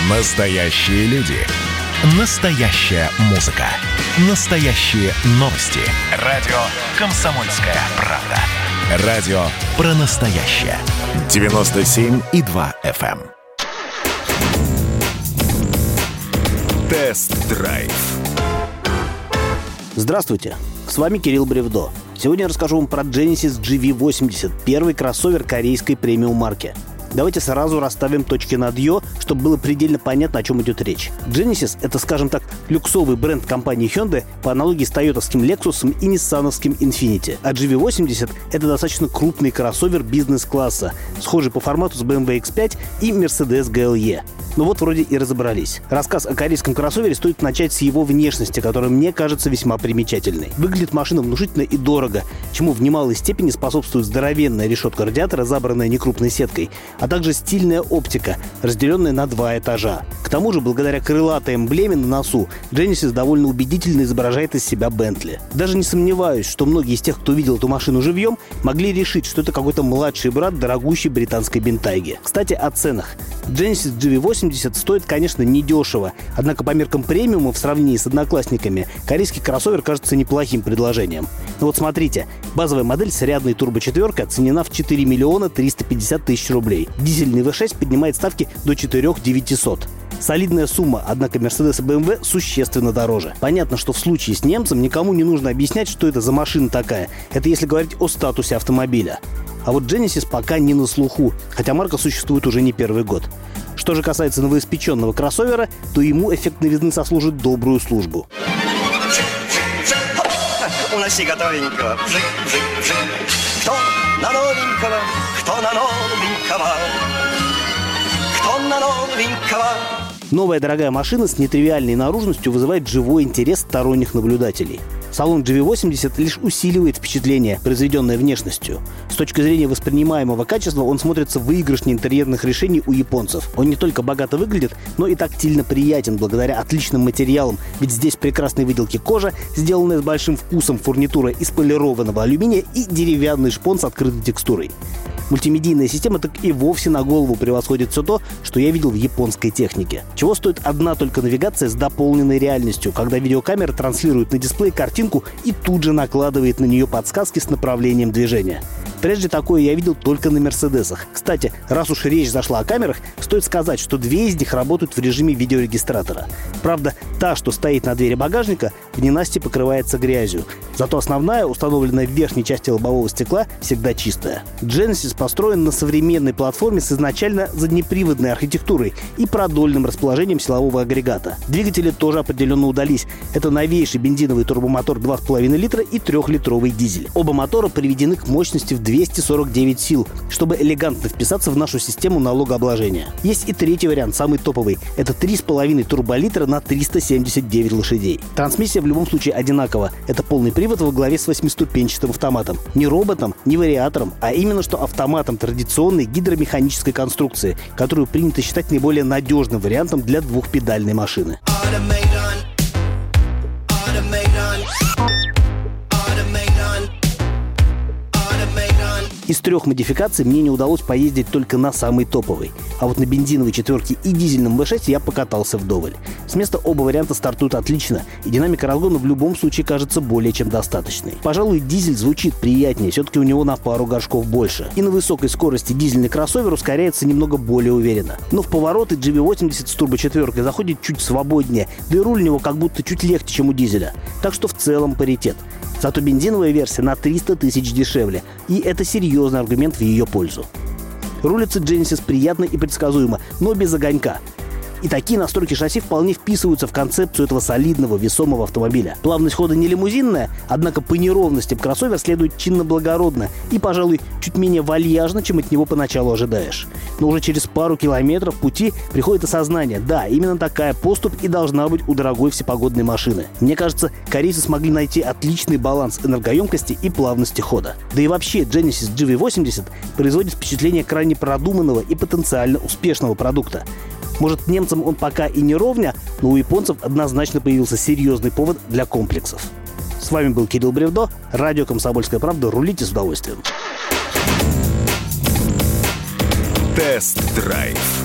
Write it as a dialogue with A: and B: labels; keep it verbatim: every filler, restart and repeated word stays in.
A: Настоящие люди. Настоящая музыка. Настоящие новости. Радио «Комсомольская правда». Радио про настоящее. девяносто семь и два эф эм. Тест-драйв.
B: Здравствуйте, с вами Кирилл Бревдо. Сегодня я расскажу вам про Genesis джи ви восемьдесят, первый кроссовер корейской премиум-марки. Давайте сразу расставим точки над «ё», чтобы было предельно понятно, о чем идет речь. Genesis — это, скажем так, люксовый бренд компании Hyundai по аналогии с тойотовским Lexus и ниссановским Infiniti. А джи ви восемьдесят — это достаточно крупный кроссовер бизнес-класса, схожий по формату с бэ эм вэ икс пять и Mercedes джи эл и. Ну вот вроде и разобрались. Рассказ о корейском кроссовере стоит начать с его внешности, которая мне кажется весьма примечательной. Выглядит машина внушительно и дорого, чему в немалой степени способствует здоровенная решетка радиатора, забранная некрупной сеткой, а также стильная оптика, разделенная на два этажа. К тому же, благодаря крылатой эмблеме на носу, Genesis довольно убедительно изображает из себя Bentley. Даже не сомневаюсь, что многие из тех, кто видел эту машину живьем, могли решить, что это какой-то младший брат дорогущей британской бентайги. Кстати, о ценах. Genesis джи ви восемьдесят стоит, конечно, недешево, однако по меркам премиума в сравнении с одноклассниками корейский кроссовер кажется неплохим предложением. Ну вот смотрите, базовая модель с рядной турбочетверкой оценена в четыре миллиона триста пятьдесят тысяч рублей. Дизельный вэ шесть поднимает ставки до четыре тысячи девятьсот. Солидная сумма, однако Mercedes и бэ эм вэ существенно дороже. Понятно, что в случае с немцем никому не нужно объяснять, что это за машина такая. Это если говорить о статусе автомобиля. А вот Genesis пока не на слуху, хотя марка существует уже не первый год. Что же касается новоиспеченного кроссовера, то ему эффект новизны сослужит добрую службу.
C: Уноси готовенького, вжик, вжик, вжик. Кто на новенького, кто на новенького, кто на новенького.
B: Новая дорогая машина с нетривиальной наружностью вызывает живой интерес сторонних наблюдателей. Салон джи ви восемьдесят лишь усиливает впечатление, произведенное внешностью. С точки зрения воспринимаемого качества он смотрится выигрышнее интерьерных решений у японцев. Он не только богато выглядит, но и тактильно приятен благодаря отличным материалам, ведь здесь прекрасные выделки кожа, сделанная с большим вкусом фурнитура из полированного алюминия и деревянный шпон с открытой текстурой. Мультимедийная система так и вовсе на голову превосходит все то, что я видел в японской технике. Чего стоит одна только навигация с дополненной реальностью, когда видеокамера транслирует на дисплей картинку и тут же накладывает на нее подсказки с направлением движения. Прежде такое я видел только на Мерседесах. Кстати, раз уж речь зашла о камерах, стоит сказать, что две из них работают в режиме видеорегистратора. Правда, та, что стоит на двери багажника, в ненастье покрывается грязью. Зато основная, установленная в верхней части лобового стекла, всегда чистая. Genesis построен на современной платформе с изначально заднеприводной архитектурой и продольным расположением силового агрегата. Двигатели тоже определенно удались. Это новейший бензиновый турбомотор два с половиной литра и трехлитровый дизель. Оба мотора приведены к мощности в двести сорок девять сил, чтобы элегантно вписаться в нашу систему налогообложения. Есть и третий вариант, самый топовый. Это три с половиной турболитра на триста семьдесят девять лошадей. Трансмиссия в любом случае одинакова. Это полный привод во главе с восьмиступенчатым автоматом. Не роботом, не вариатором, а именно что автоматом традиционной гидромеханической конструкции, которую принято считать наиболее надежным вариантом для двухпедальной машины. Из трех модификаций мне не удалось поездить только на самой топовой. А вот на бензиновой четверке и дизельном вэ шесть я покатался вдоволь. С места оба варианта стартуют отлично, и динамика разгона в любом случае кажется более чем достаточной. Пожалуй, дизель звучит приятнее, все-таки у него на пару горшков больше. И на высокой скорости дизельный кроссовер ускоряется немного более уверенно. Но в повороты джи ви восемьдесят с турбочетверкой заходит чуть свободнее, да и руль у него как будто чуть легче, чем у дизеля. Так что в целом паритет. Зато бензиновая версия на триста тысяч дешевле, и это серьезный аргумент в ее пользу. Рулится Genesis приятно и предсказуемо, но без огонька. И такие настройки шасси вполне вписываются в концепцию этого солидного, весомого автомобиля. Плавность хода не лимузинная, однако по неровностям кроссовер следует чинно-благородно и, пожалуй, чуть менее вальяжно, чем от него поначалу ожидаешь. Но уже через пару километров пути приходит осознание: да, именно такая поступь и должна быть у дорогой всепогодной машины. Мне кажется, корейцы смогли найти отличный баланс энергоемкости и плавности хода. Да и вообще, Genesis джи ви восемьдесят производит впечатление крайне продуманного и потенциально успешного продукта. Может, немцам он пока и не ровня, но у японцев однозначно появился серьезный повод для комплексов. С вами был Кирилл Бревдо, радио «Комсомольская правда». Рулите с удовольствием.
A: Тест-драйв.